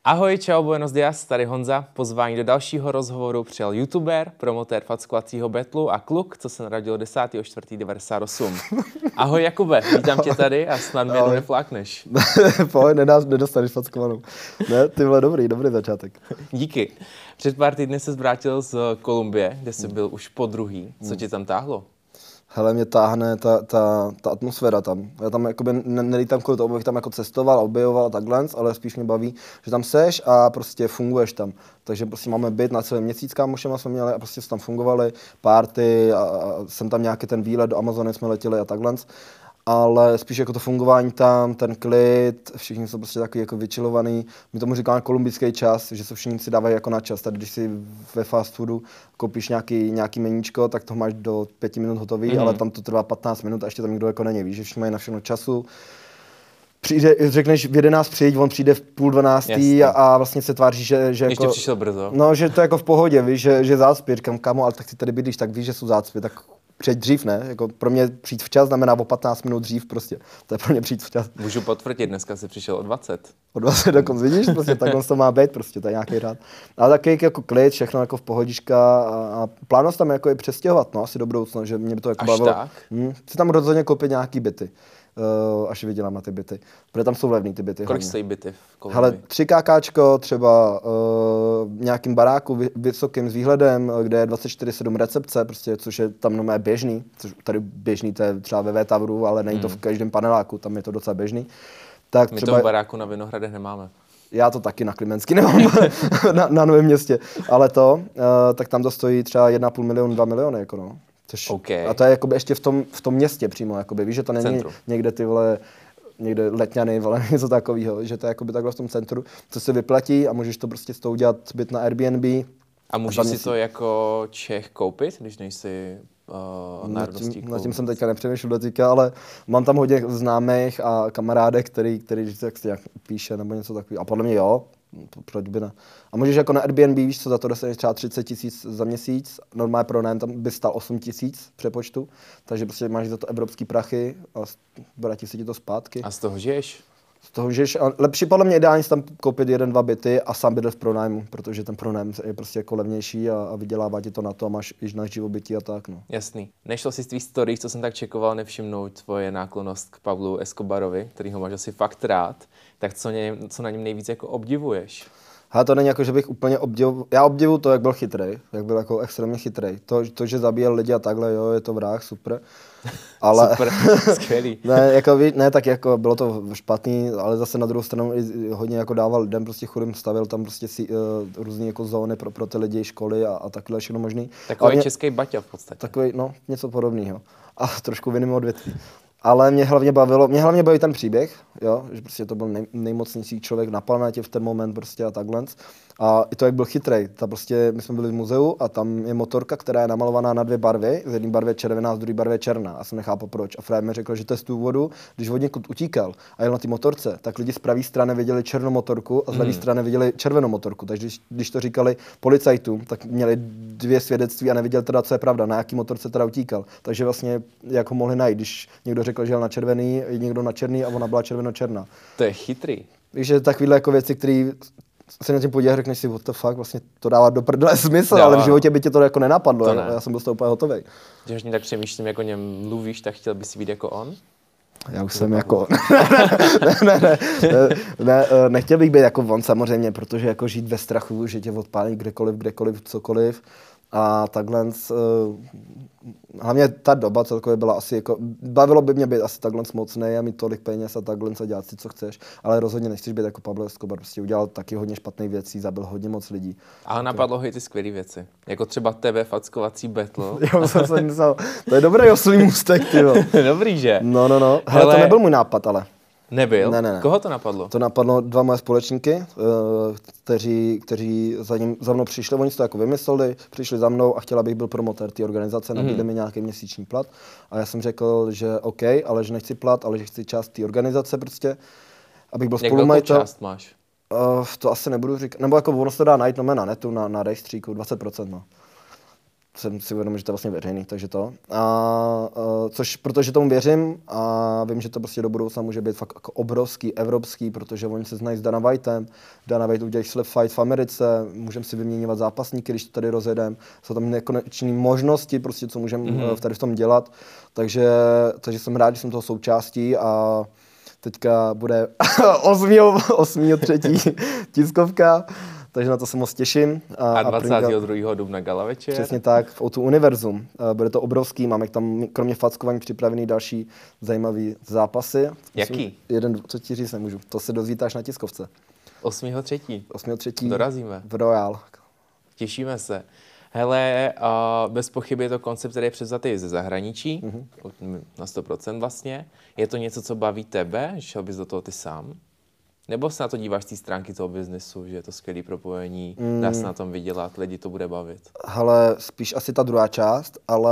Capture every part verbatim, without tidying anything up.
Ahoj, čau, buenos dias, tady Honza. Pozvání do dalšího rozhovoru přijal youtuber, promotér fackovacího battlu a kluk, co se narodil desátého čtvrtého devadesát osm. Ahoj Jakube, vítám tě tady a snad mě neflákneš. Pojď, nedostaneš fackovanou. Ne, ty vole, dobrý, dobrý začátek. Díky. Před pár týdny se vrátil z Kolumbie, kde jsi byl už po druhý. Co tě tam táhlo? Hele, mě táhne ta, ta, ta atmosféra tam. Já tam jakoby nelítám kvůli tomu, abych tam jako cestoval, objevoval a takhle, ale spíš mě baví, že tam seš a prostě funguješ tam. Takže prostě máme byt na celý měsíc, kámošema jsme měli a prostě jsme tam fungovali, party a, a jsem tam nějaký ten výlet do Amazony jsme letěli a takhle. Ale spíš jako to fungování tam, ten klid, všichni jsou prostě takový jako vychillovaný. My tomu říkáme kolumbijský čas, že se všichni si dávají jako na čas. Tady když si ve fast foodu koupíš nějaký, nějaký meníčko, tak to máš do pěti minut hotový, mm-hmm. ale tam to trvá patnáct minut a ještě tam nikdo jako není. Víš, že všichni mají na všechno času. Přijde, řekneš v jedenáct přijď, on přijde v půl dvanáctý a, a vlastně se tváří, že, že ještě jako, přišel brzo. No, že to je jako v pohodě, víš, že, že zácpě. Říkám, kámo, ale tak si tady bydlíš, tak víš, že jsou zácpě, tak přijď dřív, ne? Jako pro mě přijít včas znamená o patnáct minut dřív prostě. To je pro mě přijít včas. Můžu potvrdit, dneska jsi přišel o dvacet. O dvacet dokonce, vidíš? Prostě takhle to má být prostě, to je nějaký řád. Ale taky jako klid, všechno jako v pohodička a, a plánost tam jako je přestěhovat, no, asi do budoucna, že mě by to jako Až bavilo. tak? Hm, chci tam rozhodně koupit nějaký byty. Uh, až vydělám na ty byty. Protože tam jsou levný ty byty. Kolik stojí byty v Kolumbii? Hele, tři kákáčko, třeba uh, nějakým baráku vy, vysokým s výhledem, kde je dvacet čtyři sedm recepce, prostě, což je tam nomé běžný, což tady běžný, to je třeba ve V-Tavru, ale není to v každém paneláku, tam je to docela běžný. Tak My třeba to v baráku na Vinohradech nemáme. Já to taky na Klimenský nemám, na, na Novém Městě, ale to, uh, tak tam to stojí třeba jedna a půl milionu, dva miliony, jako no. Což, okay. A to je jakoby ještě v tom, v tom městě přímo, jakoby, víš, že to není Centru. Někde ty vole, někde Letňany, vole, něco takového, že to je jakoby takhle v tom centru, co se vyplatí a můžeš to prostě s tou udělat byt na Airbnb. A můžeš si to jako Čech koupit, když nejsi uh, národností? Na tím jsem teďka nepřemýšlel do teďka, ale mám tam hodně známých a kamarádek, který, který tak si nějak píše nebo něco takového. A podle mě jo, proč by ne. A můžeš jako na Airbnb, víš co, za to dostaneš třeba třicet tisíc za měsíc, normálně pro nájem tam by stál osm tisíc přepočtu, takže prostě máš za to evropský prachy a vrátí se ti to zpátky. A z toho žiješ? Z toho žiješ, a lepší podle mě ideálně si tam koupit jeden, dva byty a sám bydlet v pronájmu, protože ten pronájem je prostě jako levnější a, a vydělává ti to na to a máš již na živobytí a tak, no. Jasný. Nešlo si z tvých stories, co jsem tak čekoval, nevšimnout tvoje náklonnost k Pablu Escobarovi, kterýho máš asi fakt rád, tak co, ně, co na něm nejvíc jako obdivuješ? Ale to není jako, že bych úplně obdivoval. Já obdivuju to, jak byl chytrej, jak byl jako extrémně chytrej. To, to, že zabíjel lidi a takhle, jo, je to vrah, super. Ale super, skvělý. ne, jako, ne, tak jako bylo to špatný, ale zase na druhou stranu i hodně jako dával lidem, prostě chudým stavil tam prostě si, uh, různý jako zóny pro, pro ty lidi, školy a, a takhle všechno možný. Takový mě, český Baťa v podstatě. Takový, no, něco podobného. A trošku v jiném odvětví. Ale mě hlavně bavilo, mě hlavně baví ten příběh, jo, že prostě to byl nej, nejmocnější člověk na planetě v ten moment prostě a takhle. A i to, jak byl chytrej, ta prostě, my jsme byli v muzeu a tam je motorka, která je namalovaná na dvě barvy, z jedné barvy je červená, z druhé barvy je černá. A jsem nechápal proč. A Fred mi řekl, že to je z důvodu, když od někud utíkal a jel na ty motorce, tak lidi z pravé strany viděli černou motorku a z levé hmm. strany viděli červenou motorku. Takže když, když to říkali policajtům, tak měli dvě svědectví a neviděli teda, co je pravda, na jaký motorce teda utíkal. Takže vlastně jak ho mohli najít, když někdo řekl, že jel na červený, někdo na černý a ona byla červeno-černá. To je chytrý. Takže takovéhle jako věci, které se na tím podíváš, řekneš si, what the fuck, vlastně to dává do prdele smysl, Dává. Ale v životě by tě to jako nenapadlo, to ne. Já jsem byl z toho úplně hotovej. Když mě tak přemýšlím, jako něm mluvíš, tak chtěl bys být jako on? Já už to jsem jako, ne, ne, ne, ne, ne, nechtěl bych být jako on samozřejmě, protože jako žít ve strachu, že tě odpálí kdekoliv, kdekoliv, cokoliv. A takhle, hlavně ta doba celkově byla asi jako, bavilo by mě být asi takhle mocnej a mít tolik peněz a takhle a dělat si, co chceš, ale rozhodně nechceš být jako Pablo Escobar, prostě udělal taky hodně špatných věcí, zabil hodně moc lidí. Ale napadlo ho i ty skvělé věci, jako třeba tebe fackovací battle. Jo, jsem se myslel, to je dobrý oslý můstek, tyjo. Dobrý, že? No, no, no, hele, to nebyl můj nápad, ale. Nebyl? Ne, ne, ne. Koho to napadlo? To napadlo dva moje společníky, kteří, kteří za, ním, za mnou přišli, oni si to jako vymysleli, přišli za mnou a chtěla, abych byl promotér té organizace, nabídli mm. mi nějaký měsíční plat. A já jsem řekl, že OK, ale že nechci plat, ale že chci část té organizace prostě, abych byl spolumajitel. Jak velkou část máš? Uh, to asi nebudu říkat, nebo jako ono se to dá najít no, na netu, na, na rejstříku, dvacet procent, no. jsem si uvědomil, že to je vlastně veřejný, takže to. A, a což, protože tomu věřím a vím, že to prostě do budoucna může být fakt jako obrovský, evropský, protože oni se znají s Dana Whiteem. Dana White udělají slip fight v Americe, můžeme si vyměňovat zápasníky, když to tady rozjedeme. Jsou tam nekonečné možnosti, prostě, co můžeme mm-hmm. tady v tom dělat. Takže, takže jsem rád, že jsem toho součástí a teďka bude osmého třetí tiskovka. Takže na to se moc těším. A, a dvacátého druhého dubna gala večer. Přesně tak, v O dva Univerzum. Bude to obrovský, máme tam kromě fackování připravený další zajímavý zápasy. Jaký? Jeden, co ti říct nemůžu, to se dozvíte až na tiskovce. osmého třetího osmého třetího Dorazíme. V Royal. Těšíme se. Hele, uh, bez pochyby je to koncept, který je převzatý ze zahraničí, mm-hmm. na sto procent vlastně. Je to něco, co baví tebe, že šel bys do toho ty sám? Nebo se na to díváš z té stránky toho biznesu, že je to skvělé propojení, mm. dá se na tom vydělat, lidi to bude bavit? Hele, spíš asi ta druhá část, ale,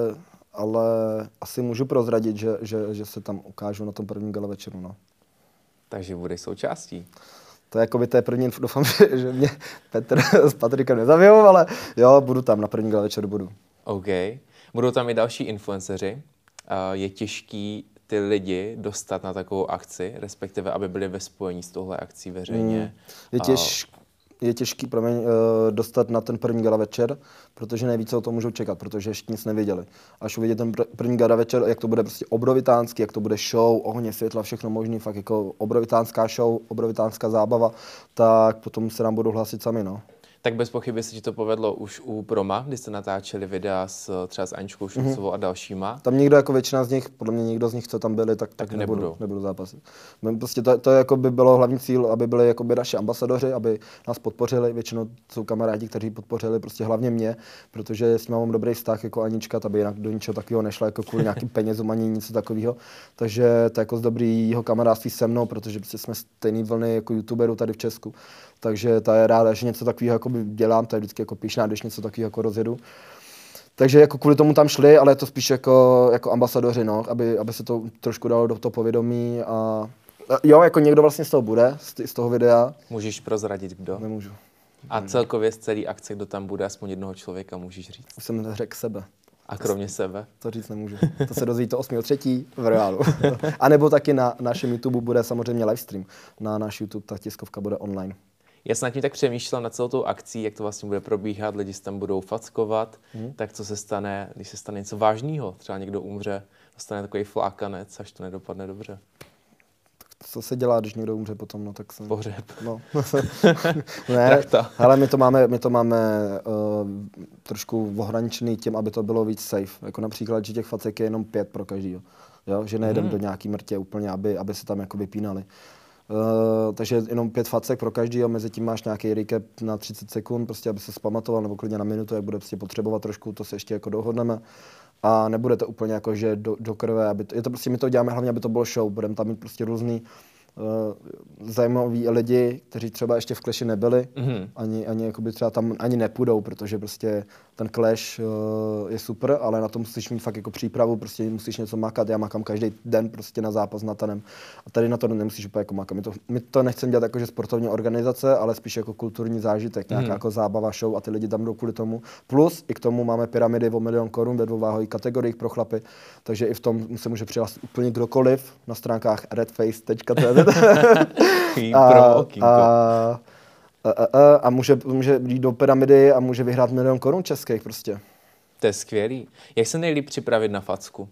ale asi můžu prozradit, že, že, že se tam ukážu na tom prvním gala večeru. No. Takže budeš součástí. To je jako by té první, doufám, že, že mě Petr s Patrikem nezabijou, ale jo, budu tam, na první gala večeru budu. OK. Budou tam i další influenceři. Uh, je těžký ty lidi dostat na takovou akci, respektive aby byli ve spojení s touhle akcí veřejně. Mm. Je, těž, je těžký promiň, uh, dostat na ten první gala večer, protože nejvíce o tom můžou čekat, protože ještě nic neviděli. Až uvidí ten pr- první gala večer, jak to bude prostě obrovitánský, jak to bude show, ohně, světla, všechno možný, fakt jako obrovitánská show, obrovitánská zábava, tak potom se nám budou hlásit sami, no. Tak bez pochyby se ti to povedlo už u Proma, kdy jste natáčeli videa s, třeba s Aničkou Šucovou mm-hmm. a dalšíma. Tam nikdo, jako většina z nich, podle mě nikdo z nich, co tam byli, tak, tak, tak nebudou, nebudou. nebudou zápasit. Prostě to, to jako by bylo hlavní cíl, aby byli jako by naši ambasadoři, aby nás podpořili. Většinou jsou kamarádi, kteří podpořili prostě hlavně mě, protože s ním mám dobrý vztah jako Anička, ta by jinak do ničeho takového nešla, jako kvůli nějakým penězům ani nic takového. Takže to je jako z dobrýho kamarádství se mnou, protože prostě jsme stejný vlny jako youtuberů tady v Česku. Takže ta je ráda, že něco takového jako dělám, to je vždycky jako pyšná, když něco takového jako rozjedu. Takže jako kvůli tomu tam šli, ale je to spíš jako, jako ambasadoři, no, aby, aby se to trošku dalo do toho povědomí a jo, jako někdo vlastně z toho bude, z toho videa. Můžeš prozradit, kdo? Nemůžu. A celkově z celé akce, kdo tam bude, aspoň jednoho člověka můžeš říct? Už jsem řekl sebe. A kromě sebe? To říct nemůžu. To se dozvíte osmého třetího v reálu. A nebo taky na našem YouTube bude samozřejmě livestream. Na náš YouTube ta tiskovka bude online. Já jsem nad tím tak přemýšlel nad celou tou akcí, jak to vlastně bude probíhat, lidi se tam budou fackovat, hmm. tak co se stane, když se stane něco vážného, třeba někdo umře, dostane takový flákanec, až to nedopadne dobře. Tak co se dělá, když někdo umře potom, no tak se... Pohřeb. No. Ne, ale my to máme, my to máme uh, trošku ohraničený tím, aby to bylo víc safe. Jako například, že těch facek je jenom pět pro každýho. Jo? Že nejedem hmm. do nějaký mrtě úplně, aby, aby se tam jako vypínali. Uh, takže jenom pět facek pro každýho, mezi tím máš nějaký recap na třicet sekund, prostě aby se zpamatoval, nebo klidně na minutu, jak bude prostě potřebovat trošku, to se ještě jako dohodneme. A nebude to úplně jako, že do, do krve, aby to, je to prostě, my to děláme hlavně, aby to bylo show, budeme tam mít prostě různý uh, zajímaví lidi, kteří třeba ještě v Clashi nebyli, mm-hmm. ani, ani jakoby třeba tam ani nepůjdou, protože prostě ten Clash uh, je super, ale na to musíš mít fakt jako přípravu, prostě musíš něco makat, já makám každý den prostě na zápas na tanem a tady na to nemusíš úplně jako makat. My to, my to nechceme dělat jako, že sportovní organizace, ale spíš jako kulturní zážitek, nějaká mm. jako zábava, show a ty lidi tam jdou kvůli tomu. Plus i k tomu máme pyramidy o milion korun ve dvou váhových kategoriích pro chlapy, takže i v tom se může přihlásit úplně kdokoliv na stránkách redface tečka cé zet. a, a, a, a, a může, může jít do pyramidy a může vyhrát milion korun českých prostě. To je skvělý. Jak se nejlíp připravit na facku?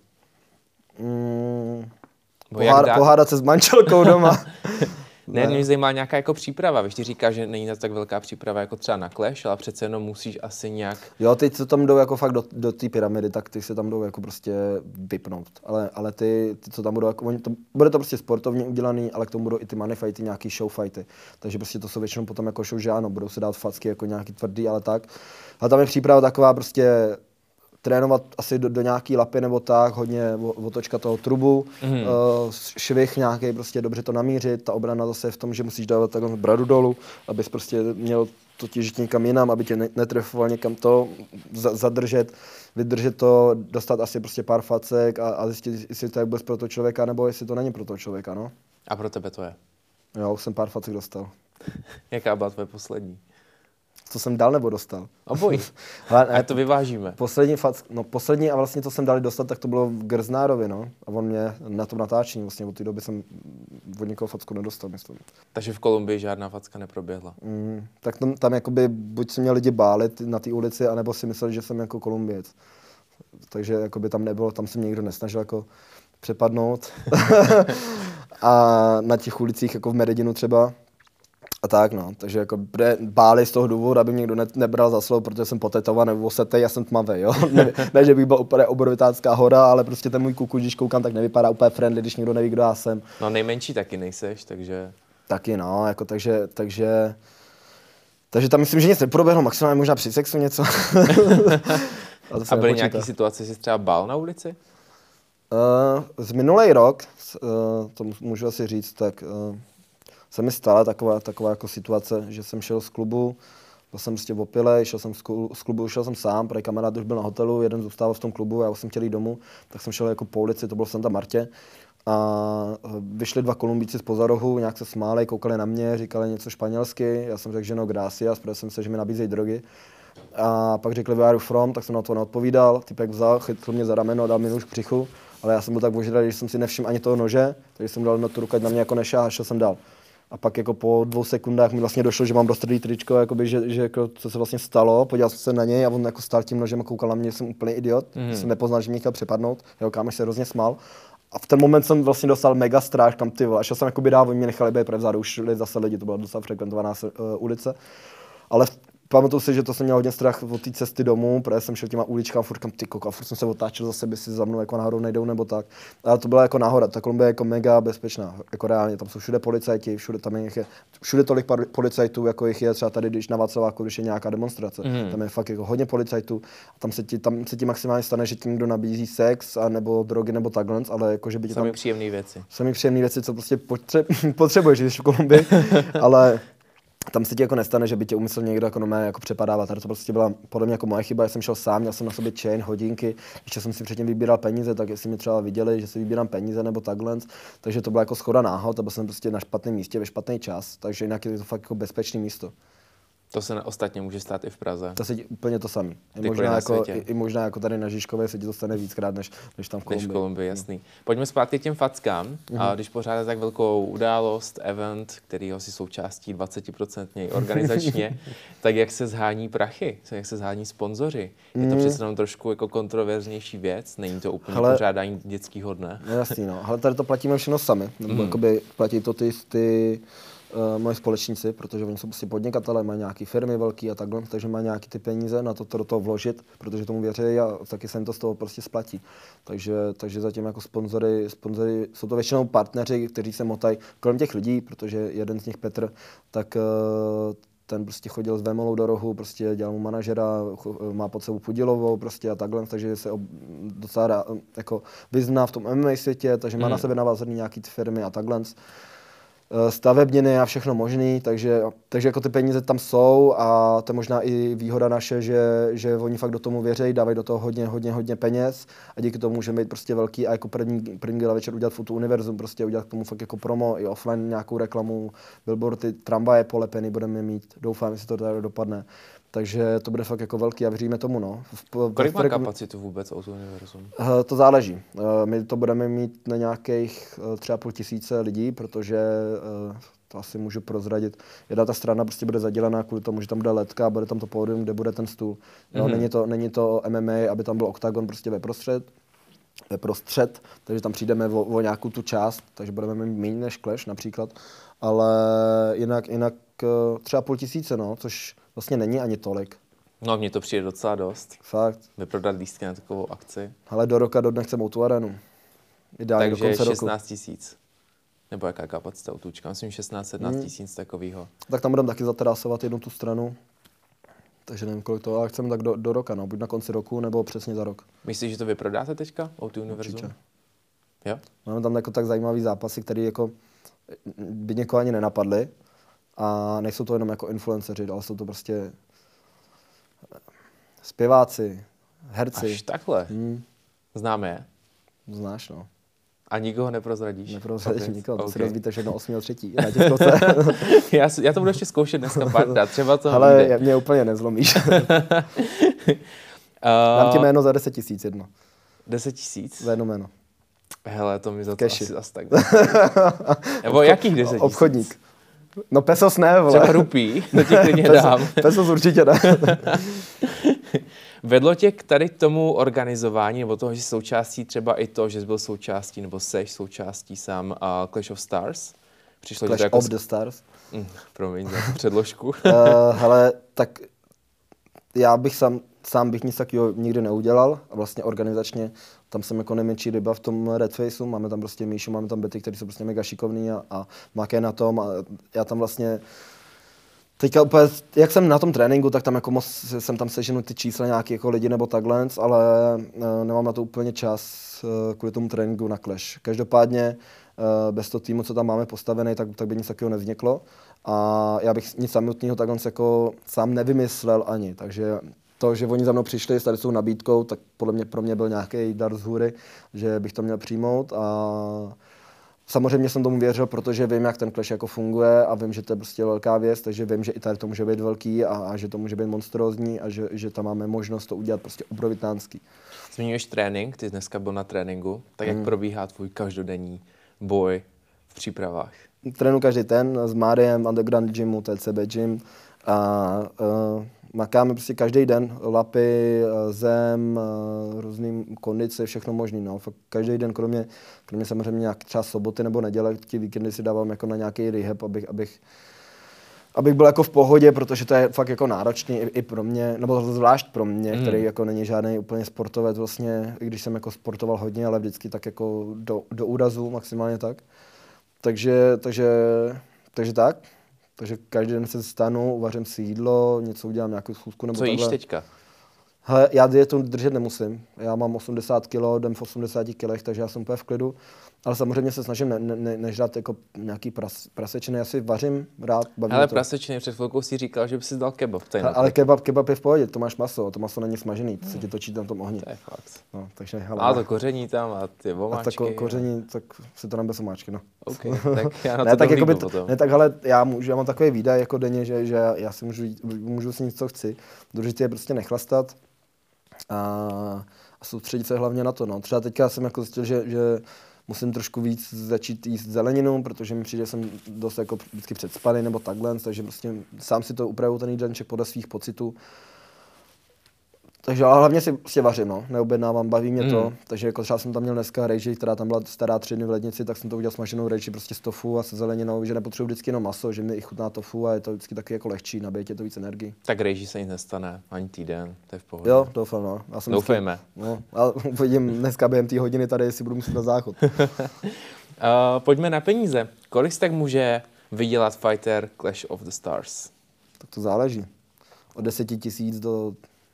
Mm, pohád, dá... Pohádat se s manželkou doma. Ne, mě zajímá nějaká jako příprava. Víš, ty říkáš, že není tak velká příprava jako třeba na Clash, ale přece jenom musíš asi nějak... Jo, ty, co tam jdou jako fakt do, do té pyramidy, tak ty se tam jdou jako prostě vypnout. Ale, ale ty, ty, co tam budou, jako, oni to, bude to prostě sportovně udělaný, ale k tomu budou i ty money fighty, nějaký show fighty. Takže prostě to jsou většinou potom jako show, že ano, budou se dát facky jako nějaký tvrdý, ale tak. A tam je příprava taková prostě trénovat asi do, do nějaký lapy nebo tak, hodně otočka toho trubu, mm. uh, švih nějaký, prostě dobře to namířit, ta obrana zase je v tom, že musíš dávat takhle bradu dolů, abys prostě měl to těžit někam jinam, aby tě netrefoval někam to, za, zadržet, vydržet to, dostat asi prostě pár facek a, a zjistit, jestli to je vůbec pro toho člověka, nebo jestli to není pro toho člověka, no. A pro tebe to je? Jo, už jsem pár facek dostal. Jaká byla tvoje poslední? co jsem dal nebo dostal. Obojí. Ale A to vyvážíme. Poslední, fac, no poslední a vlastně to jsem dali dostat, tak to bylo v Grznárovi, no. A on mě na tom natáčení, vlastně od té doby jsem od někoho facku nedostal, myslím. Takže v Kolumbii žádná facka neproběhla. Mm, tak tam, tam jakoby buď se mě lidi báli na té ulici, anebo si mysleli, že jsem jako Kolumbiec. Takže jakoby tam nebylo, tam se mě nikdo nesnažil jako přepadnout. A na těch ulicích, jako v Medellinu třeba, a tak no, takže jako báli z toho důvodu, aby mě někdo ne, nebral za slovo, protože jsem potetovaný nebo osetej, já jsem tmavý, jo. Ne, ne, že bych byl úplně obrovitácká hora, ale prostě ten můj kuku, když koukám, tak nevypadá úplně friendly, když někdo neví, kdo já jsem. No nejmenší taky nejseš, takže... Taky no, jako takže, takže... Takže tam myslím, že nic neproběhlo, maximálně možná při sexu něco. A, a byly nějaké situace, že jsi třeba bál na ulici? Uh, z minulý rok, uh, to můžu asi říct, tak uh, se mi stala taková, taková jako situace, že jsem šel z klubu, byl jsem prostě opilej, šel jsem z klubu, šel jsem sám, protože kamarád už byl na hotelu, jeden zůstával v tom klubu, já už jsem chtěl jít domů, tak jsem šel jako po ulici, to bylo v Santa Martě. A vyšli dva Kolumbíci z rohu, nějak se smáli, koukali na mě, říkali něco španělsky, já jsem řekl, že no gracias, protože jsem se, že mi nabízejí drogy. A pak řekli, where are you from, tak jsem na to neodpovídal, typek vzal, chytl mě za rameno a dal mi nůž k břichu, ale já jsem byl tak ožralý, že jsem si nevšiml ani toho nože, takže jsem dal na tu ruku, ať na mě jako nešáhl a šel jsem dál. A pak jako po dvou sekundách mi vlastně došlo, že mám roztrhlý tričko, jakoby, že, že jako, co se vlastně stalo, podíval jsem se na něj a on jako stál tím nožem a koukal na mě, že jsem úplný idiot, mm. jsem nepoznal, že mě chtěl přepadnout, jeho kámoš se hrozně smál. A v ten moment jsem vlastně dostal mega strach, kam ty vole, a šel jsem jakoby dál, oni mě nechali být vzadu, už šli zase lidi, to byla docela frekventovaná uh, ulice. Ale pamatuju si, že to jsem měl hodně strach od té cesty domů, protože jsem šel těma uličkám, furt kam ty koko, a furt jsem se otáčel za sebe, si za mnou jako náhodou nejdou nebo tak. Ale to byla jako náhoda, ta Kolumbie je jako mega bezpečná, jako reálně, tam jsou všude policajti, všude tam je, všude tolik policajtů, jako jich je třeba tady, když na Václaváku, když je nějaká demonstrace. Mm. Tam je fakt jako hodně policajtů a tam se ti, tam se ti maximálně stane, že ti někdo nabízí sex a nebo drogy nebo takhle, ale jako že by ti tam... Samý příjemné věci. Samý příjemné věci, co prostě potře- potřebuješ, když v Kolumbii, ale... Tam se ti jako nestane, že by tě umyslel někdo jako, no, jako přepadávat. Tady to prostě byla podle mě jako moje chyba, já jsem šel sám, měl jsem na sobě chain, hodinky, když jsem si předtím vybíral peníze, tak jestli mi třeba viděli, že si vybírám peníze nebo takhle, takže to byla jako schoda náhod, a byl jsem prostě na špatném místě ve špatný čas, takže jinak je to fakt jako bezpečné místo. To se ostatně může stát i v Praze. To se ti úplně to samé. I možná, jako, i, I možná jako tady na Žižkově se ti to stane víckrát, než, než tam v Kolumbii. Než v Kolumbii, jasný. Hmm. Pojďme zpátky k těm fackám. Hmm. A když pořádáte tak velkou událost, event, kterýho si součástí dvacet procent organizačně, tak jak se zhání prachy? Jak se zhání sponzoři? Je to hmm. přece jenom trošku jako kontroverznější věc? Není to úplně Hele, pořádání dětského dne? No jasný, no. Ale tady to platíme všechno sami. Nebo hmm. jakoby platí to ty, ty Uh, moji společníci, protože oni jsou prostě podnikatelé, mají nějaké firmy velké a takhle, takže mají nějaké ty peníze na to, to do toho vložit, protože tomu věří a taky se jim to z toho prostě splatí. Takže, takže zatím jako sponzory, sponzory, jsou to většinou partneři, kteří se motají kolem těch lidí, protože jeden z nich, Petr, tak uh, ten prostě chodil s Vémolou do rohu, prostě dělal mu manažera, má pod sebou Pudilovou prostě a takhle, takže se ob, docela jako vyzná v tom M M A světě, takže má mm. na sebe navázaný nějaký ty firmy a takhle. Stavebniny a všechno možný, takže, takže jako ty peníze tam jsou a to je možná i výhoda naše, že, že oni fakt do tomu věří, dávají do toho hodně, hodně, hodně peněz a díky tomu můžeme být prostě velký a jako první, první gala večer udělat Futu Univerzum, prostě udělat k tomu fakt jako promo, i offline nějakou reklamu, billboardy, tramvaje polepený budeme mít, doufám, že se to tady dopadne. Takže to bude fakt jako velký a věříme tomu, no. V, Kolik má kapacitu vůbec Auto Univerzum? To záleží. My to budeme mít na nějakých třeba půl tisíce lidí, protože to asi můžu prozradit. Jedna ta strana prostě bude zadělaná kvůli tomu, že tam bude ledka a bude tam to pódium, kde bude ten stůl. Jo, mm-hmm. není, to, není to M M A, aby tam byl oktagon prostě ve prostřed, ve prostřed, takže tam přijdeme o, o nějakou tu část, takže budeme mít méně než Clash například, ale jinak, jinak třeba půl tisíce, no, což vlastně není ani tolik. No, mně to přijde docela dost. Fakt. Vyprodat lístky na takovou akci. Ale do roka do dne chceme o tu arenu. Ideálně takže do konce šestnáct tisíc. Nebo jaká kapacita Outůčka? Myslím šestnáct sedmnáct tisíc hmm. takovýho. Tak tam budeme taky zaterasovat jednu tu stranu. Takže nevím, kolik to, ale chceme tak do, do roka, no. Buď na konci roku, nebo přesně za rok. Myslíš, že to vyprodáte teďka, Auto Univerzum? Určitě. Jo? Máme tam jako tak zajímavý zápasy, které jako by někoho ani nenapadly. A nejsou to jenom jako influenceři, ale jsou to prostě zpěváci, herci. Až takhle? Hmm. Známe je? Znáš, no. A nikoho neprozradíš? Neprozradíš okay. nikoho, to okay. si dozvíte všechno osmého třetího na tiskovce. já, já to budu ještě zkoušet dneska párkrát, třeba to ale vyjde. Mě úplně nezlomíš. Dám ti jméno za deset tisíc jedno. deset tisíc? Za jedno jméno. Hele, to mi za to Keši. asi zas tak. Nebo jakých deset tisíc? Obchodník. No pesos ne, vole. Třeba rupí, to ti klidně dám. Pesos určitě ne. Vedlo tě k tady tomu organizování, nebo toho, že jsi součástí třeba i to, že jsi byl součástí, nebo seš součástí sám uh, Clash of Stars? Přišlo Clash jako... of the Stars. Mm, promiň za předložku. uh, hele, tak já bych sám, sám bych nic takového nikdy neudělal. A vlastně organizačně tam jsem jako nejmenší ryba v tom Red Faceu. Máme tam prostě Míšu, máme tam Betty, který jsou prostě mega šikovný a, a makají na tom. A já tam vlastně teďka úplně, jak jsem na tom tréninku, tak tam jako moc jsem tam seženu ty čísla nějaký jako lidi nebo takhle, ale uh, nemám na to úplně čas uh, kvůli tomu tréninku na Clash. Každopádně uh, bez toho týmu, co tam máme postavený, tak, tak by nic takového nevzniklo. A já bych nic samotného takhle jako sám nevymyslel ani, takže to, že oni za mnou přišli s tady svou nabídkou, tak podle mě pro mě byl nějaký dar z hůry, že bych to měl přijmout a samozřejmě jsem tomu věřil, protože vím, jak ten Clash jako funguje a vím, že to je prostě velká věc, takže vím, že i tady to může být velký a, a že to může být monstrózní a že, že tam máme možnost to udělat prostě obrovitánský. Zmiňuješ trénink, ty jsi dneska byl na tréninku, tak jak hmm. probíhá tvůj každodenní boj v přípravách? Trénu každý ten s Máriem, Underground Gymu, T C B Gym a uh, makáme prostě každý den lapy, zem, různý kondice, všechno možný, no. Fakt každý den, kromě, kromě samozřejmě nějak třeba soboty nebo neděle, ty víkendy si dávám jako na nějaký rehab, abych, abych, abych byl jako v pohodě, protože to je fakt jako náročný i, i pro mě, nebo zvlášť pro mě, mm. který jako není žádný úplně sportovec vlastně, i když jsem jako sportoval hodně, ale vždycky tak jako do, do úrazu, maximálně tak. Takže, takže, takže tak. Takže každý den se stanu, uvařím si jídlo, něco udělám, nějakou schůzku nebo Co takhle. jíš teďka? Hele, já dietu držet nemusím. Já mám osmdesát kilo, jdem v osmdesáti kilech, takže já jsem úplně v klidu. Ale samozřejmě se snažím ne, ne, nežrat jako nějaký pras, prasečiny. Já si vařím rád, baví Ale to. prasečiny, před chvilkou si říkal, že by si dal kebab. Ale, ale kebab, kebab je v pohodě, to máš maso, to maso není smažený, to se ti točí na tom ohni. To je fakt. No, takže, hele, a to koření tam a ty omáčky. A to ko, koření, tak si to dám bez omáčky, no. OK, tak já na ne, to tak jako by to, potom. Ne, tak ale já, můžu, já mám takový výdaj jako denně, že, že já si můžu, můžu si nic, co chci. Důležité je prostě nechlastat a, a soustředit se hlavně na to, no. Třeba teďka jsem jako zjistil, že, že musím trošku víc začít jíst zeleninu, protože mi přijde, že jsem dost jako vždycky předspaný nebo takhle, takže prostě sám si to upravuju ten jídelníček podle svých pocitů. Takže ale hlavně si prostě vařím, no, neobjednávám, baví mě to, mm. takže jako třeba jsem tam měl dneska rejži, která tam byla stará tři dny v lednici, tak jsem to udělal smaženou rejži prostě z tofu a se zeleninou, že nepotřebuji vždycky jenom maso, že mi i chutná tofu a je to vždycky taky jako lehčí, nabije tě to víc energii. Tak rejži se nic nestane, ani týden, to je v pohodě. Jo, doufám, no. Já jsem Doufejme. Vždycky, no, ale uvidím dneska během té hodiny tady, jestli budu muset na záchod. uh, pojďme na peníze. Kolik tak může vydělat fighter Clash of the Stars? Tak to záleží. Od deseti tisíc do...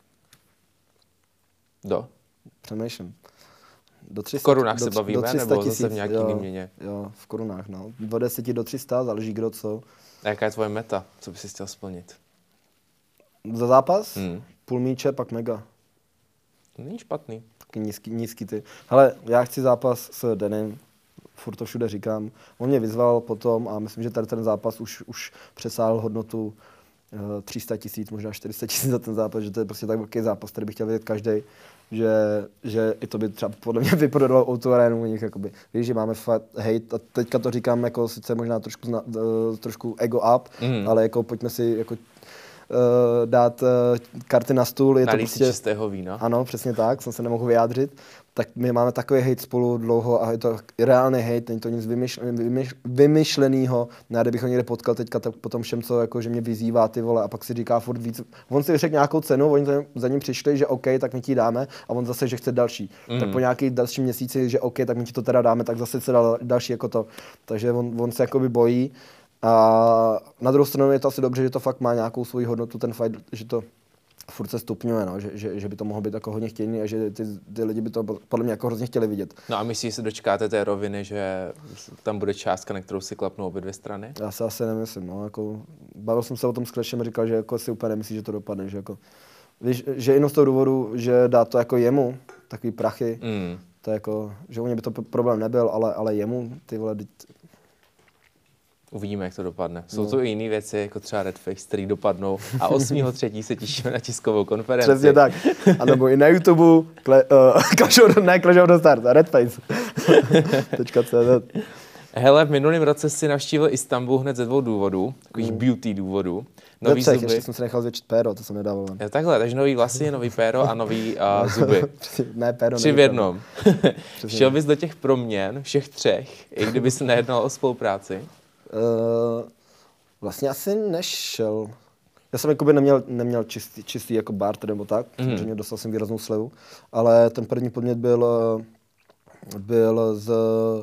Do? Přemýšlím. Do tři sta, v korunách do, se bavíme, do nebo tisíc, zase v nějaký jo, výměně? Jo, v korunách, no. Od deseti do tři sta, záleží kdo co. A jaká je tvoje meta? Co bys si chtěl splnit? Za zápas? Hmm. Půl míče, pak mega. Není špatný. Taky nízký, nízký ty. Hele, já chci zápas s Denem, furt to všude říkám. On mě vyzval potom a myslím, že tady ten zápas už, už přesáhl hodnotu uh, tři sta tisíc, možná čtyři sta tisíc za ten zápas, že to je prostě tak velký zápas, který bych chtěl vidět každý, že, že i to by třeba podle mě vyprodalo o tu arénu u nich, jakoby. Víš, že máme fakt hate a teďka to říkám jako sice možná trošku, zna, uh, trošku ego up, mm. ale jako pojďme si jako Uh, dát uh, karty na stůl. Je na to prostě čistého vína. Ano, přesně tak, jsem se nemohl vyjádřit. Tak my máme takový hate spolu dlouho a je to reálný hate, není to nic vymyšl, vymyšl, vymyšlenýho. Ne, kdybych ho někde potkal teďka, tak potom všem, co jako, že mě vyzývá ty vole a pak si říká furt víc. On si řekl nějakou cenu, oni za ním přišli, že OK, tak my ti dáme a on zase, že chce další. Mm. Tak po nějaký další měsíci, že OK, tak my ti to teda dáme, tak zase se dal další jako to. Takže on, on se jakoby bojí. A na druhou stranu je to asi dobře, že to fakt má nějakou svoji hodnotu, ten fight, že to furt se stupňuje, no, že, že, že by to mohlo být jako hodně chtěný a že ty, ty lidi by to podle mě jako hrozně chtěli vidět. No a myslíš, že se dočkáte té roviny, že tam bude částka, na kterou si klapnou obě dvě strany? Já se asi nemyslím, no, jako bavil jsem se o tom s Clashem a říkal, že jako si úplně nemyslí, že to dopadne, že jako, víš, že jenom z toho důvodu, že dá to jako jemu, takový prachy, mm. To je jako, že u něj by to problém nebyl, ale, ale jemu, ty vole, Uvidíme, jak to dopadne. Jsou no. tu i jiné věci, jako třeba Redface, který dopadnou a osmého třetího se těšíme na tiskovou konferenci. Přesně tak. A nebo i na YouTube, kle, uh, Clash of, ne Clash of the Stars, Redface. .cz. Hele, v minulém roce si navštívil Istanbul hned ze dvou důvodů, takových mm. beauty důvodů. Nový třech, zuby. Ještě jsem si nechal zvětšit péro, to jsem nedával. Jo, takhle, takže nový vlasy, nový péro a nový uh, zuby. Ne, péro, Tři v jednom. Šel bys do těch proměn, všech třech, i kdyby se nejednalo o spolupráci? Uh, vlastně asi nešel. Já jsem jakoby neměl, neměl čistý, čistý jako barter nebo tak, mm. samozřejmě dostal jsem výraznou slevu, ale ten první podnět byl, byl z,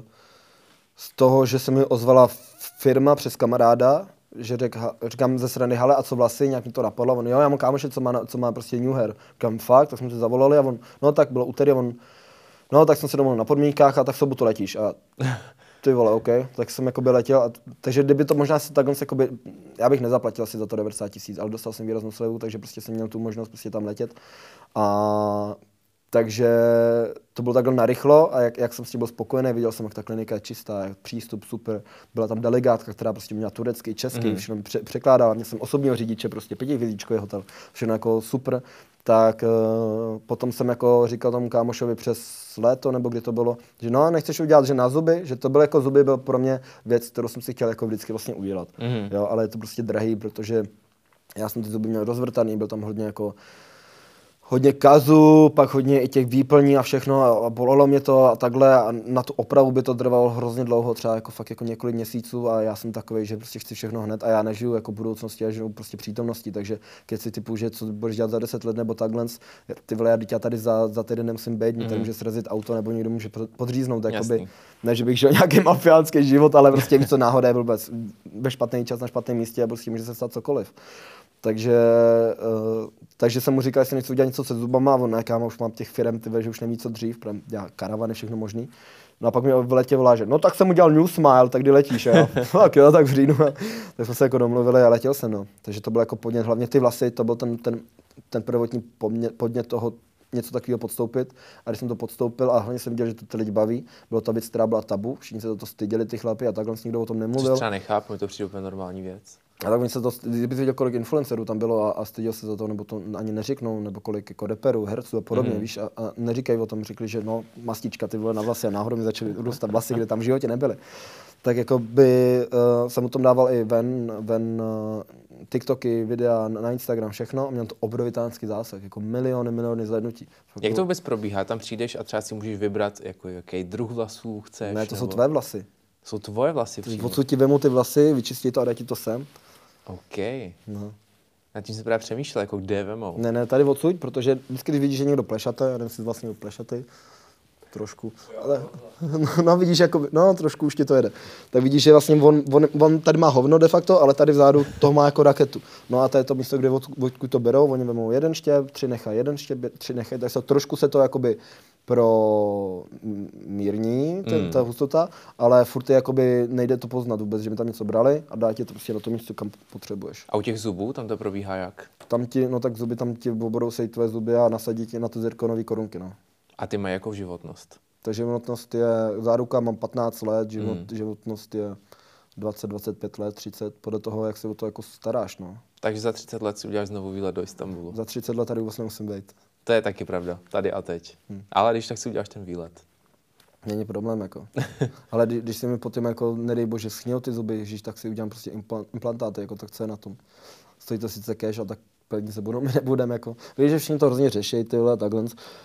z toho, že se mi ozvala firma přes kamaráda, že řek, říkám ze strany, hele, a co vlasy, nějak mi to napadlo, on, jo, já mám kámoše, co má, co má prostě new hair, říkám, fakt, tak jsme se zavolali a on, no tak bylo úterý, on, no tak jsem se domluvil na podmínkách a tak v sobotu letíš a ty vole, OK, tak jsem jakoby letěl, a, takže kdyby to možná si takhle, jakoby, já bych nezaplatil asi za to devadesát tisíc, ale dostal jsem výraznou slevu, takže prostě jsem měl tu možnost prostě tam letět. A takže to bylo takhle narychlo a jak, jak jsem s tím byl spokojený, viděl jsem, jak ta klinika je čistá, jak přístup super, byla tam delegátka, která prostě měla turecký, český, mm. všechno pře- překládala, měl jsem osobního řidiče, prostě pětihvězdičkový hotel, všechno jako super. Tak uh, potom jsem jako říkal tomu kámošovi přes léto, nebo kdy to bylo, že no, nechceš udělat, že na zuby, že to bylo jako zuby, byl pro mě věc, kterou jsem si chtěl jako vždycky vlastně udělat. Mm. Jo, ale je to prostě drahý, protože já jsem ty zuby měl rozvrtaný, byl tam hodně jako hodně kazu, pak hodně i těch výplní a všechno a bolelo mě to a takhle a na tu opravu by to trvalo hrozně dlouho, třeba jako fakt jako několik měsíců a já jsem takový, že prostě chci všechno hned a já nežiju jako budoucnosti, já žiju prostě přítomnosti, takže když si typu, že co budeš dělat za deset let nebo takhle, ty vole, já tady za, za týden nemusím být, mm. tady může srazit auto nebo někdo může podříznout, jakoby, ne, že bych žil nějaký mafiánský život, ale prostě víš co, náhoda je vůbec ve špatný čas na špatném místě a prostě může se stát cokoliv. Takže, uh, takže jsem mu říkal, jestli nechci udělat něco se zubama, a on ne, kámo, už mám těch firem, ty že už neví co dřív, dělá karavany, všechno možný. No a pak mi v letě volá, že no tak jsem udělal New Smile, tak kdy letíš, jo? Tak jo, tak v říjnu. Tak jsme se jako domluvili a letěl jsem, no. Takže to byl jako podnět, hlavně ty vlasy, to byl ten, ten, ten prvotní podnět, podnět toho, něco takového podstoupit. A když jsem to podstoupil a hlavně jsem viděl, že to ty lidi baví, bylo to věc, která byla tabu, všichni se to styděli, ty chlapi a takhle nikdo o tom nemluvil. Což třeba nechápu, mi to přijde úplně normální věc. A tak oni se to, kdyby viděl, kolik influencerů tam bylo a, a styděl se za to, nebo to ani neřeknou, nebo kolik jako reperů, herců a podobně, mm. víš, a, a neříkají o tom, řekli, že no, mastička, ty vole na vlasy a náhodou mi začaly růstat vlasy, kde tam v životě nebyly. Tak jako by uh, jsem o tom dával i ven, ven uh, TikToky, videa na Instagram, všechno, a měl to obrovitánský zásah, jako miliony, miliony zhlédnutí. Jak to vůbec probíhá? Tam přijdeš a třeba si můžeš vybrat, jako jaký druh vlasů chceš? Ne, to nebo... jsou tvé vlasy. Jsou tvoje vlasy přímo? Odsud ti vemu ty vlasy, vyčistí to a daj ti to sem. OK. No. Na tím se právě přemýšlel, jako kde je vemou. Ne, ne, tady odsud, protože vždycky, když vidíš, že někdo plešatý, já nevím, si vlastně plešatý, trošku, ale no, no vidíš, jako, no trošku už ti to jede. Tak vidíš, že vlastně on, on, on tady má hovno de facto, ale tady vzadu toho má jako raketu. No a to je to místo, kde od, odkud to berou, oni vemou jeden štěp, tři nechají, jeden štěp, tři nechají, tak se trošku se to jakoby pro mírní, ten, mm. ta hustota, ale furt je jakoby, nejde to poznat vůbec, že mi tam něco brali a dá ti to prostě na to místo, kam potřebuješ. A u těch zubů tam to probíhá jak? Tam ti, no tak zuby, tam ti obodou sejít tvoje zuby a nasadí ti na to zirkonový korunky, no. A ty mají jako životnost? Ta životnost je, záruka mám patnáct let, život, mm. životnost je dvacet, dvacet pět let, třicet, podle toho, jak se o to jako staráš, no. Takže za třicet let si uděláš znovu výlet do Istanbulu? Za třicet let tady vůbec nemusím být. To je taky pravda, tady a teď. Hmm. Ale když tak si uděláš ten výlet. Není problém, jako. Ale když, když si mi potom, jako, nedej bože, schnil ty zuby, ježiš, tak si udělám prostě implantáty, jako, tak co je na tom. Stojí to sice cash, a tak peníze budou, my nebudeme, jako. Víš, že všichni to hrozně řeší, tyhle, takhle.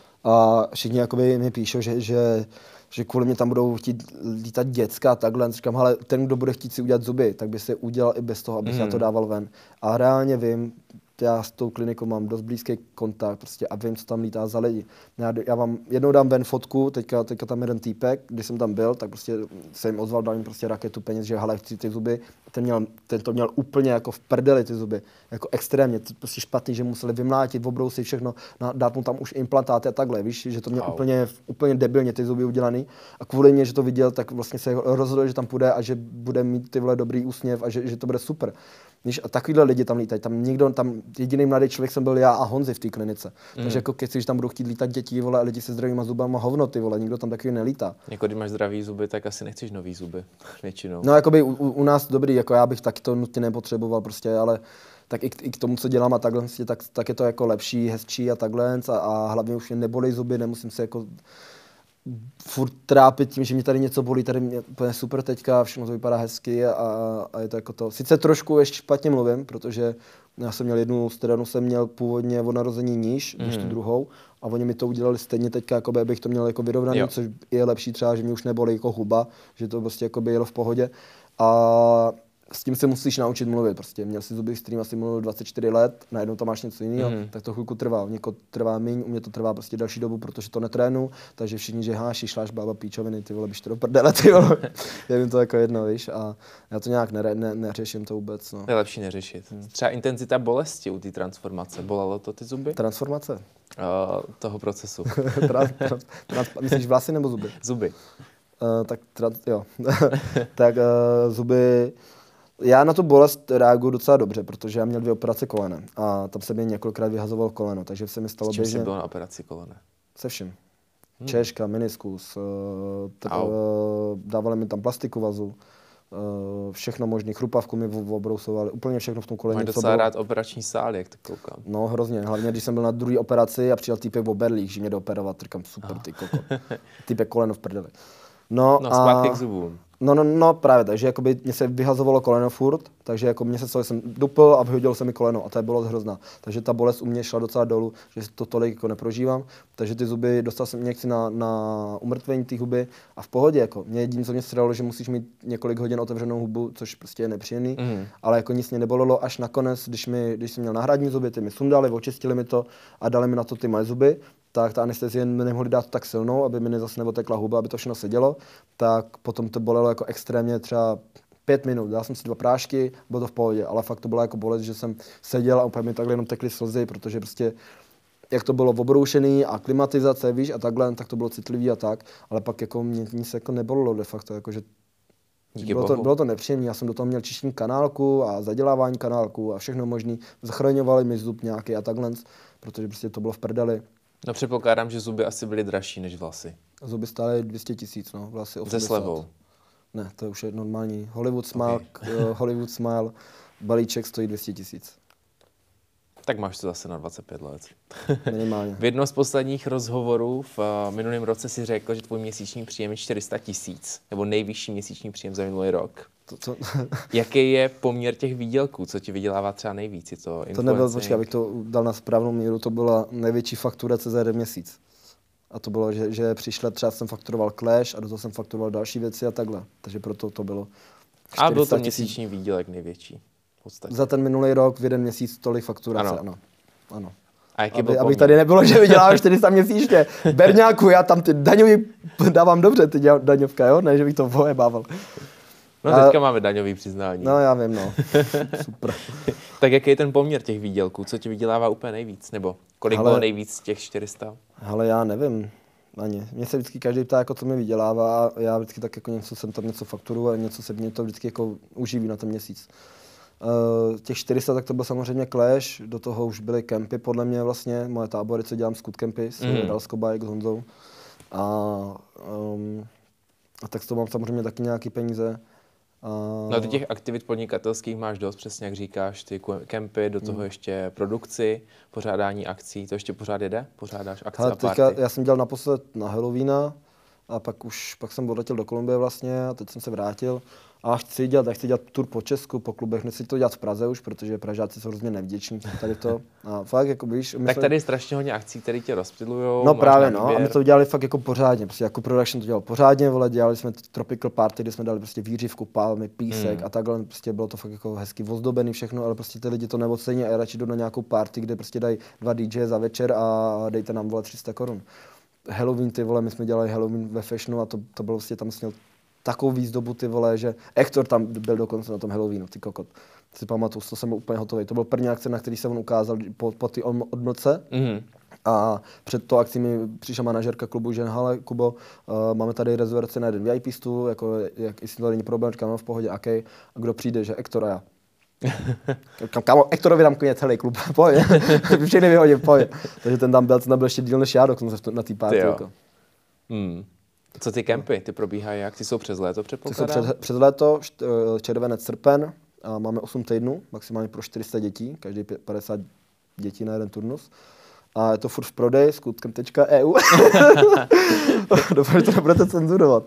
A všichni, jakoby, mi píšou, že, že, že kvůli mě tam budou chtít lítat děcka a takhle. Říkám, ale ten, kdo bude chtít si udělat zuby, tak by se udělal i bez toho, abych mm. já to dával ven. A reálně vím, já s tou klinikou mám dost blízký kontakt prostě a vím, co tam lítá za lidi. Já, já vám jednou dám ven fotku, teďka, teďka tam jeden týpek, když jsem tam byl, tak prostě se jim ozval, dal jim prostě raketu peněz, že hele, chci ty zuby. Ten, měl, ten to měl úplně jako v prdeli ty zuby, jako extrémně, to prostě špatný, že museli vymlátit, obrousit všechno, dát mu tam už implantáty a takhle, víš, že to měl wow. úplně, úplně debilně ty zuby udělaný a kvůli mě, že to viděl, tak vlastně se rozhodl, že tam půjde a že bude mít ty vole dobrý úsměv a že, že to bude super. Víš, a takovýhle lidi tam lítají. Tam někdo, tam jediný mladý člověk jsem byl já a Honzi v té klinice. Mm. Takže jako když tam budou chtít lítat děti, vole, a lidi se zdravýma zubama, hovno, ty vole, nikdo tam takový nelítá. Jako když máš zdravý zuby, tak asi nechceš nový zuby většinou. No jakoby u, u nás dobrý, jako já bych taky to nutně nepotřeboval prostě, ale tak i k, i k tomu, co dělám a takhle, tak, tak je to jako lepší, hezčí a takhle a, a hlavně už mě nebolí zuby, nemusím se jako furt trápit tím, že mě tady něco bolí, tady mě úplně super teďka, všechno to vypadá hezky a, a je to jako to. Sice trošku ještě špatně mluvím, protože já jsem měl jednu stranu, jsem měl původně od narození níž, mm. než tu druhou a oni mi to udělali stejně teďka, jakoby, abych to měl jako vyrovnaný, jo. Což je lepší třeba, že mě už nebolí jako huba, že to prostě jako by jelo v pohodě a s tím se musíš naučit mluvit, prostě měl si zuby, s kterým asi mluvil dvacet čtyři let, najednou tam máš něco jiného, mm. tak to chvilku trvá, u někoho trvá míň, u mě to trvá prostě další dobu, protože to netrénu, takže všichni, že háš, šišláš, bába, píčoviny, ty vole, běž to do prdele, ty vole, je jim to jako jedno, víš, a já to nějak nere, ne, neřeším to vůbec, no. Je lepší neřešit. Hmm. Třeba intenzita bolesti u té transformace, bolelo to ty zuby? Transformace? Uh, toho procesu. trans, trans, trans, myslíš vlasy nebo zuby? Zuby. Uh, tak trans, jo, tak uh, zuby. Já na tu bolest reaguju docela dobře, protože já měl dvě operace kolene a tam se mi několikrát vyhazoval koleno, takže se mi stalo běžně. S čím jsi byl na operaci kolene? Se vším. Hmm. Češka, meniskus, tr- dávali mi tam plastiku vazu, všechno možné, chrupavku mi obrousovali, úplně všechno v tom koleni. Máš docela rád operační sál, jak to koukám. No hrozně, hlavně když jsem byl na druhé operaci a přijel týpek v oberlích, že mě dooperovat, říkám super ty koko, týpek koleno v prdeli. No, no zpátky k zubům. No, no, no, právě, takže jakoby mě se vyhazovalo koleno furt, takže jako mě se celý jsem dupl a vyhodil se mi koleno a to je bolest hrozná. Takže ta bolest u mě šla docela dolů, že to tolik jako neprožívám. Takže ty zuby, dostal jsem někdy na, na umrtvení ty huby a v pohodě, jako. Mě jediné, co mě střelilo, že musíš mít několik hodin otevřenou hubu, což prostě je nepříjemný, mm. ale jako nic mě nebolelo až nakonec, když, mi, když jsem měl náhradní zuby, ty mi sundali, očistili mi to a dali mi na to ty moje zuby. Tak ta anestezie mi nemohli dát tak silnou, aby mi zase neotekla huba, aby to všechno sedělo, tak potom to bolelo jako extrémně třeba pět minut. Dal jsem si dva prášky, bylo to v pohodě, ale fakt to byla jako bolest, že jsem seděl a úplně mi takhle jenom tekly slzy, protože prostě jak to bylo obroušený a klimatizace, víš, a takhle, tak to bylo citlivý a tak, ale pak jako mě nic jako nebolelo de facto, jakože bylo to, bylo to nepříjemné, já jsem do toho měl čištění kanálku a zadělávání kanálku a všechno možný, zachraňovali mi zub nějaký a takhle, protože prostě to bylo v prdeli. No předpokládám, že zuby asi byly dražší než vlasy. Zuby stály dvě stě tisíc, no, vlasy osmdesát. Se slevou? Ne, to už je normální. Hollywood Smile, okay. uh, Hollywood Smile, balíček stojí dvě stě tisíc. Tak máš to zase na dvacet pět let. Minimálně. V jednom z posledních rozhovorů v uh, minulém roce si řekl, že tvůj měsíční příjem je čtyři sta tisíc, nebo nejvyšší měsíční příjem za minulý rok. To, co? Jaký je poměr těch výdělků? Co ti vydělává třeba nejvíc? Je to to nebyl, počkej, abych to dal na správnou míru, to byla největší fakturace za jeden měsíc. A to bylo, že, že přišla, třeba jsem fakturoval Clash a do toho jsem fakturoval další věci a takhle. Takže proto to bylo a byl to měsíční výdělek největší? Za ten minulý rok v jeden měsíc tolik fakturace, ano. ano. ano. A jaký aby, byl abych tady nebylo, že vydělám čtyři sta měsíčně. Berňáku, já tam ty daňový dávám dobře, ty daňovka, jo? Ne, že bych to vojebával. No teďka a... máme daňový přiznání. No já vím, no. Super. Tak jaký je ten poměr těch výdělků? Co ti vydělává úplně nejvíc? Nebo kolik hele, bylo nejvíc z těch čtyři sta? Hele, já nevím. Ani. Mně se vždycky každý ptá, jako co mi vydělává a já vždycky tak jako něco jsem tam něco fakturu a něco se mě to vždycky jako uživí na ten měsíc. Uh, těch čtyři sta, tak to byl samozřejmě Clash, do toho už byly kempy podle mě vlastně, moje tábory, co dělám Scoot Campy s mm. Dalsko Bike s Honzou. A, um, a tak z toho mám samozřejmě taky nějaký peníze. Uh, no ty těch aktivit podnikatelských máš dost, přesně jak říkáš, ty kempy, do toho mm. ještě produkci, pořádání akcí, to ještě pořád jede? Pořádáš akce hele, a party? Teďka, já jsem dělal naposled na Halloweena a pak už pak jsem odletěl do Kolumbie vlastně a teď jsem se vrátil. A chci dělat, chci dělat tur po Česku, po klubech, nechci to dělat v Praze už, protože Pražáci jsou hrozně nevděční tady to. A fakt, jako víš... Tak myslím, tady je strašně hodně akcí, které tě rozptylujou. No právě, no, a my to dělali fakt jako pořádně, prostě jako production to dělal pořádně, vole, dělali jsme tropical party, kde jsme dali prostě výřivku, palmy, písek hmm. a takhle, prostě bylo to fakt jako hezky ozdobený všechno, ale prostě ty lidi to neocení a já radši jdu na nějakou party, kde prostě dají dva dý džeje za večer a dejte nám, vole, tři sta korun. Halloween, ty vole, my jsme dělali Halloween ve fashionu a to, to bylo prostě tam směl takovou výzdobu, ty vole, že Hector tam byl dokonce na tom Halloweenu, ty kokot. Si pamatuju, to jsem byl úplně hotový. To byl první akce, na který se on ukázal po, po ty odmlce. Mm-hmm. A před to akcí mi přišla manažerka klubu, že hele, Kubo, uh, máme tady rezervaci na jeden V I P stůl, jako jak, jestli to není problém, říkám, v pohodě, akej. A kdo přijde, že Hector a já. Kámo, Ektorovi dám klidně celý klub, pojď. Všechny vyhodím, pojď. Takže ten tam byl, ten tam byl ještě díl než já, dokonce na té párty. Jako. Hmm. Co ty kempy, ty probíhají jak? Ty jsou přes léto, předpokládám? Ty jsou před, přes léto, červenec, srpen, a máme osm týdnů, maximálně pro čtyři sta dětí, každý padesát dětí na jeden turnus. A je to furt v prodeji, skutkem tečka e u. Doufám, že to nebudete cenzurovat.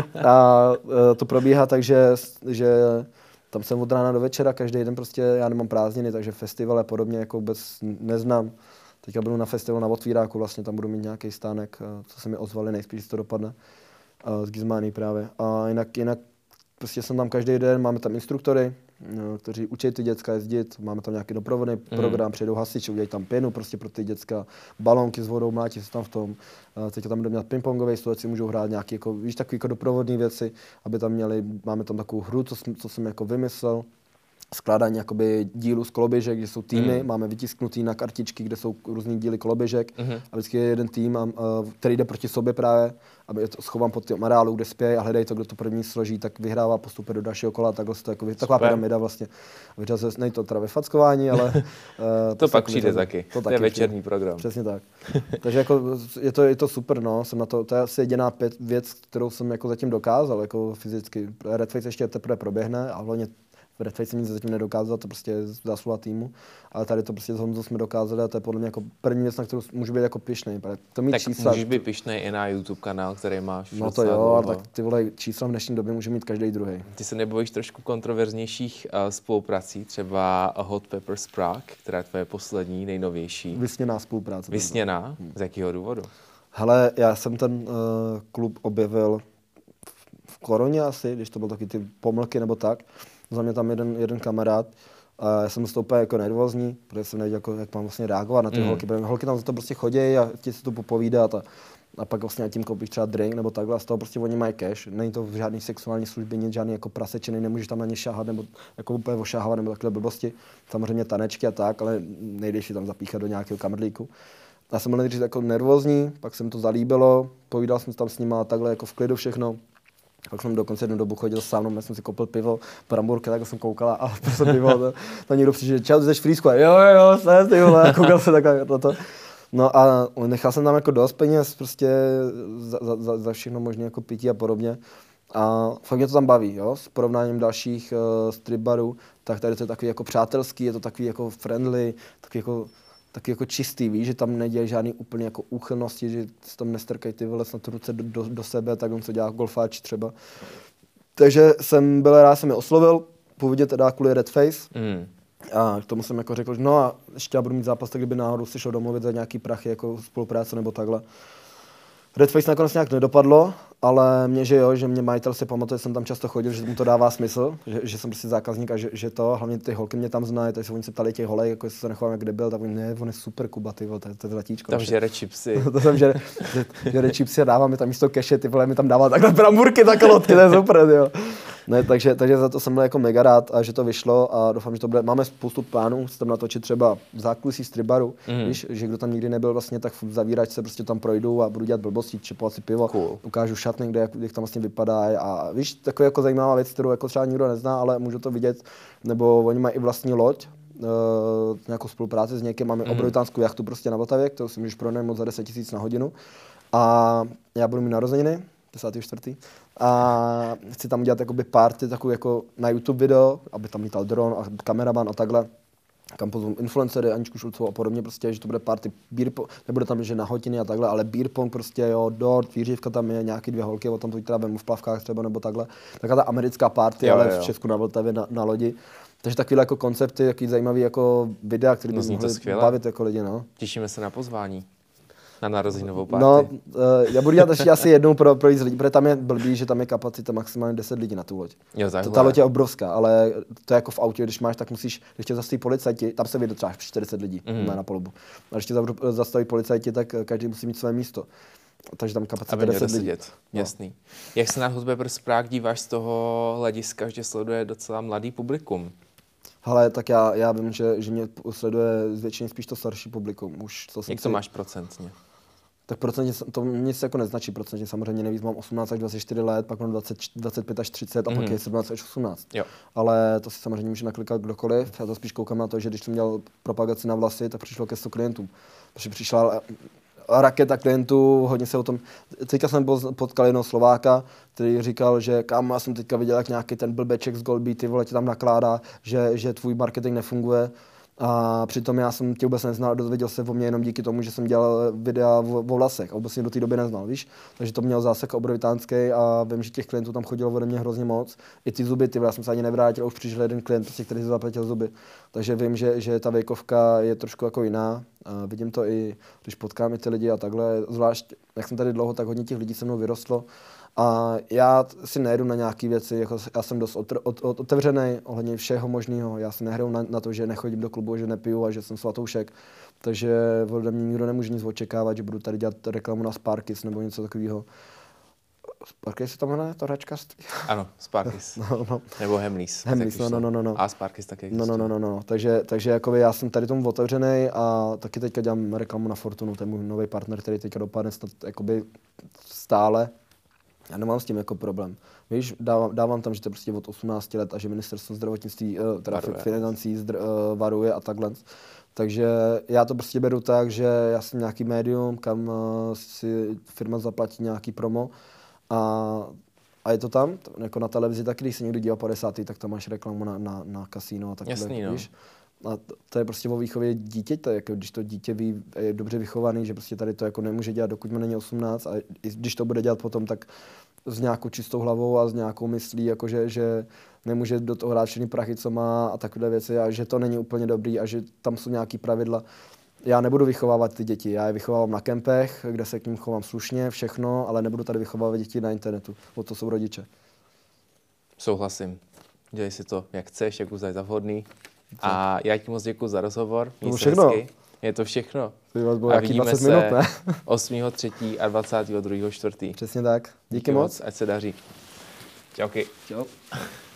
A to probíhá tak, že, že tam jsem od rána do večera, každý den prostě, já nemám prázdniny, takže festivaly a podobně jako vůbec neznám. Teďka budu na festivalu na Otvíráku, vlastně tam budu mít nějaký stánek, co se mi ozvali, nejspíš to dopadne. Z Gizmány právě. A jinak, jinak prostě jsem tam každý den, máme tam instruktory, kteří učí ty děcka jezdit, máme tam nějaký doprovodný mm. program, přijedou hasiči, udělají tam pěnu prostě pro ty děcka, balónky s vodou, mlátí se tam v tom. Teď tam budeme mít pingpongový stůl, si můžou hrát nějaké jako, víš, takové jako doprovodné věci, aby tam měli, máme tam takovou hru, co, co jsem jako vymyslel. Skládání jakoby dílů z koloběžek, kde jsou týmy, mm. máme vytisknutý na kartičky, kde jsou různý díly koloběžek mm. a vždycky je jeden tým, a, a, který jde proti sobě právě, aby to schovám pod tím areálu, kde spějí a hledají to, kdo to první složí, tak vyhrává, postupuje do dalšího kola, takhle to jako, taková pyramida vlastně. Vyřel se, nej to teda ve fackování, ale... uh, to pak přijde taky, to, to je večerní přijde. Program. Přesně tak. Takže jako je to, je to super, no, jsem na to, to je asi jediná pět věc, kterou jsem jako zatím dokázal, jako fyzicky. Redface ještě teprve proběhne a hlavně Red Face nic zatím nedokázal, to prostě je zásluha týmu, ale tady to prostě s Honzou jsme dokázali a to je podle mě jako první věc, na kterou můžu být jako pyšnej. To mít tak čísla, můžeš být pyšnej i na YouTube kanál, který máš. No to jo, ale tak ty vole čísla v dnešní době může mít každý druhý. Ty se nebojíš trošku kontroverznějších uh, spoluprací, třeba Hot Peppers Prague, která je tvoje poslední, nejnovější. Vysněná spolupráce. Vysněná? Hmm. Z jakého důvodu? Hele, já jsem ten uh, klub objevil v koroně asi, když to bylo taky ty pomlky nebo tak. Za mě tam jeden, jeden kamarád a já jsem z toho úplně jako nervózní, protože jsem nevěděl, jako, jak mám vlastně reagovat na ty mm. holky, protože holky tam za to prostě chodí a chtějí si to popovídat a, a pak vlastně tím koupíš třeba drink nebo takhle a z toho prostě oni mají cash. Není to v žádný sexuální službě, nic žádný jako prasečený, nemůžeš tam na ně šáhat nebo jako úplně ošáhávat nebo takhle blbosti. Samozřejmě tanečky a tak, ale nejdeš si tam zapíchat do nějakého kamrlíku. Já jsem byl nejdřív jako nervózní, pak se mi to zalíbilo, povídal jsem tam s nima a takhle jako v klidu všechno. Pak jsem dokonce jednu dobu chodil sám, no, já jsem si koupil pivo, bramburky, tak jsem koukala a prostě pivo, to, tam někdo přišel, čau, ty jsi frýsku, a jo, jo, jo, jsem, ty vole, koukal se takhle na to. No a nechal jsem tam jako dost peněz prostě za, za, za všechno možné jako pití a podobně. A fakt mě to tam baví, jo, s porovnáním dalších uh, strip barů, tak tady to je takový jako přátelský, je to takový jako friendly, takový jako taky jako čistý, víš, že tam nedělají žádný úplně jako úchylnosti, že si tam nestrkají ty vole snad ruce do, do, do sebe, tak on se dělá golfáč třeba. Takže jsem byl rád, jsem je oslovil, původně teda kvůli Red Face. Mm. A k tomu jsem jako řekl, že no a ještě já budu mít zápas, tak kdyby náhodou si šel domluvit za nějaký prachy, jako spolupráce nebo takhle. Red Face nakonec nějak nedopadlo, ale mě, že jo, že mě majitel si pamatuje, že jsem tam často chodil, že mu to dává smysl, že, že jsem prostě zákazník a že, že to, hlavně ty holky mě tam znají, takže se oni se ptali těch holek, jako jestli se nechovám, jak kde byl, tak oni, ne, on je super Kuba, ty vole, to je, to je zlatíčko. Tam žere chipsy. to tam žere, žere chipsy a dává mi tam místo keše, ty vole, mi tam dává takhle bramburky, takhle lotky, to je super, ty jo. Ne, takže, takže za to jsem byl jako mega rád a že to vyšlo a doufám, že to bude. Máme spoustu plánů, se tam natočit třeba v zákulisí strip baru, mm. víš, že kdo tam nikdy nebyl vlastně, tak v zavíračce prostě tam projdu a budu dělat blbosti, čepovat si pivo, cool. Ukážu šatny, kde jak, jak tam vlastně vypadá a víš, taková jako zajímavá věc, kterou jako třeba nikdo nezná, ale můžu to vidět, nebo oni mají i vlastní loď, uh, nějakou spolupráci s někým, máme mm. obrovitánskou jachtu prostě na Vltavě, kterou si můžeš pronajmout za deset tisíc na hodinu a já budu mít narozeniny, desátého čtvrtého A chci tam udělat jakoby party, takovou jako na YouTube video, aby tam lítal dron a kameraman a takhle. Kam pozvu influencery, Aničku Šulcovou a podobně prostě, že to bude party beer pong, nebude tam, že na hodiny a takhle, ale beer pong prostě, jo, dort, výřívka tam je, nějaký dvě holky, o tam to teda vemu v plavkách třeba nebo takhle. Taková ta americká party, jo, ale jo. v Česku na Vltavě na, na lodi. Takže takovýhle jako koncepty, takový zajímavý jako videa, který by no, mohli bavit jako lidi, no. Těšíme se na pozvání. Na narozeninovou party. No, uh, já budu dělat ještě asi jednou pro, pro víc lidí, protože tam je blbý, že tam je kapacita maximálně deset lidí na tu loď. Jo, to, ta loď je obrovská, ale to je jako v autě, když máš, tak musíš, když tě zastaví policajti, tam se vyjde třeba čtyřicet lidí mm. na palubu. A když tě zastaví policajti, tak každý musí mít své místo. Takže tam kapacita deset lidí. No. Jasný. Jak se na Hot Peppers Prague díváš z toho hlediska, že sleduje docela mladý publikum? Hele, tak já, já vím, že, že mě sleduje z většiny spíš to starší publikum. Už to Jak to si... máš procentně? tak procentně to nic jako neznačí, procentně samozřejmě nevíc, mám osmnáct až dvacet čtyři let, pak mám dvacet, dvacet pět až třicet a mm. pak je sedmnáct až osmnáct. Jo. Ale to si samozřejmě může naklikat kdokoliv. Já to spíš koukám na to, že když jsem dělal propagaci na vlasy, tak přišlo ke sto klientům. Protože přišla raketa klientů, hodně se o tom... Teďka jsem potkal jednoho Slováka, který říkal, že kámo, já jsem teďka viděl, jak nějaký ten blbeček z Golby, ty vole, tě tam nakládá, že, že tvůj marketing nefunguje. A přitom já jsem tě vůbec neznal, dozvěděl se o mě jenom díky tomu, že jsem dělal videa o, o vlasech a vůbec mě do té doby neznal, víš? Takže to měl zásah obrovitánský a vím, že těch klientů tam chodilo ode mě hrozně moc. I ty zuby, ty já jsem se ani nevrátil, už přišel jeden klient, prostě, který si zaplatil zuby. Takže vím, že, že ta věkovka je trošku jako jiná. A vidím to i, když potkám i ty lidi a takhle, zvlášť jak jsem tady dlouho, tak hodně těch lidí se mnou vyrostlo. A já si nejedu na nějaké věci, jako já jsem dost otr, ot, ot, otevřený ohledně všeho možného. Já si nehraju na, na to, že nechodím do klubu, že nepiju a že jsem svatoušek. Takže ode mě nikdo nemůže nic očekávat, že budu tady dělat reklamu na Sparkis nebo něco takového. Sparkis se tam jmenuje, to hračkářství? Ano, Sparkis. no, no. Nebo Hemlis. Hemlis, no, no, no, no, no. A Sparkis taky no, no, no, no, no. Takže, takže jakoby já jsem tady tomu otevřený a taky teďka dělám reklamu na Fortunu, to je můj nový partner, který teďka dopadne snad jakoby stále. Já nemám s tím jako problém. Víš, dávám, dávám tam, že to je prostě od osmnácti let a že ministerstvo zdravotnictví, teda financí zdr, uh, varuje a takhle. Takže já to prostě beru tak, že já jsem nějaký médium, kam uh, si firma zaplatí nějaký promo a, a je to tam, to, jako na televizi taky, když se někdo dívá padesátý, tak tam máš reklamu na, na, na kasíno a takhle. Jasný, no. Víš? A to, to je prostě o výchově dítěte, jako když to dítě ví, je dobře vychovaný, že prostě tady to jako nemůže dělat, dokud mu není osmnáct a i když to bude dělat potom, tak s nějakou čistou hlavou a s nějakou myslí, jakože, že nemůže do toho hrát všechny prachy, co má a takové věci a že to není úplně dobrý a že tam jsou nějaký pravidla. Já nebudu vychovávat ty děti, já je vychovávám na kempech, kde se k ním chovám slušně, všechno, ale nebudu tady vychovávat děti na internetu, o to jsou rodiče. Souhlasím. Dělej si to, jak chceš, jak uznají za vhodný. A já ti moc děkuji za rozhovor. To všechno. Hezky. Je to všechno. A vidíme se minut, ne? osmého třetího a dvacátého druhého čtvrtého Přesně tak. Díky, Díky moc. moc. Ať se daří. Čauky. Čau.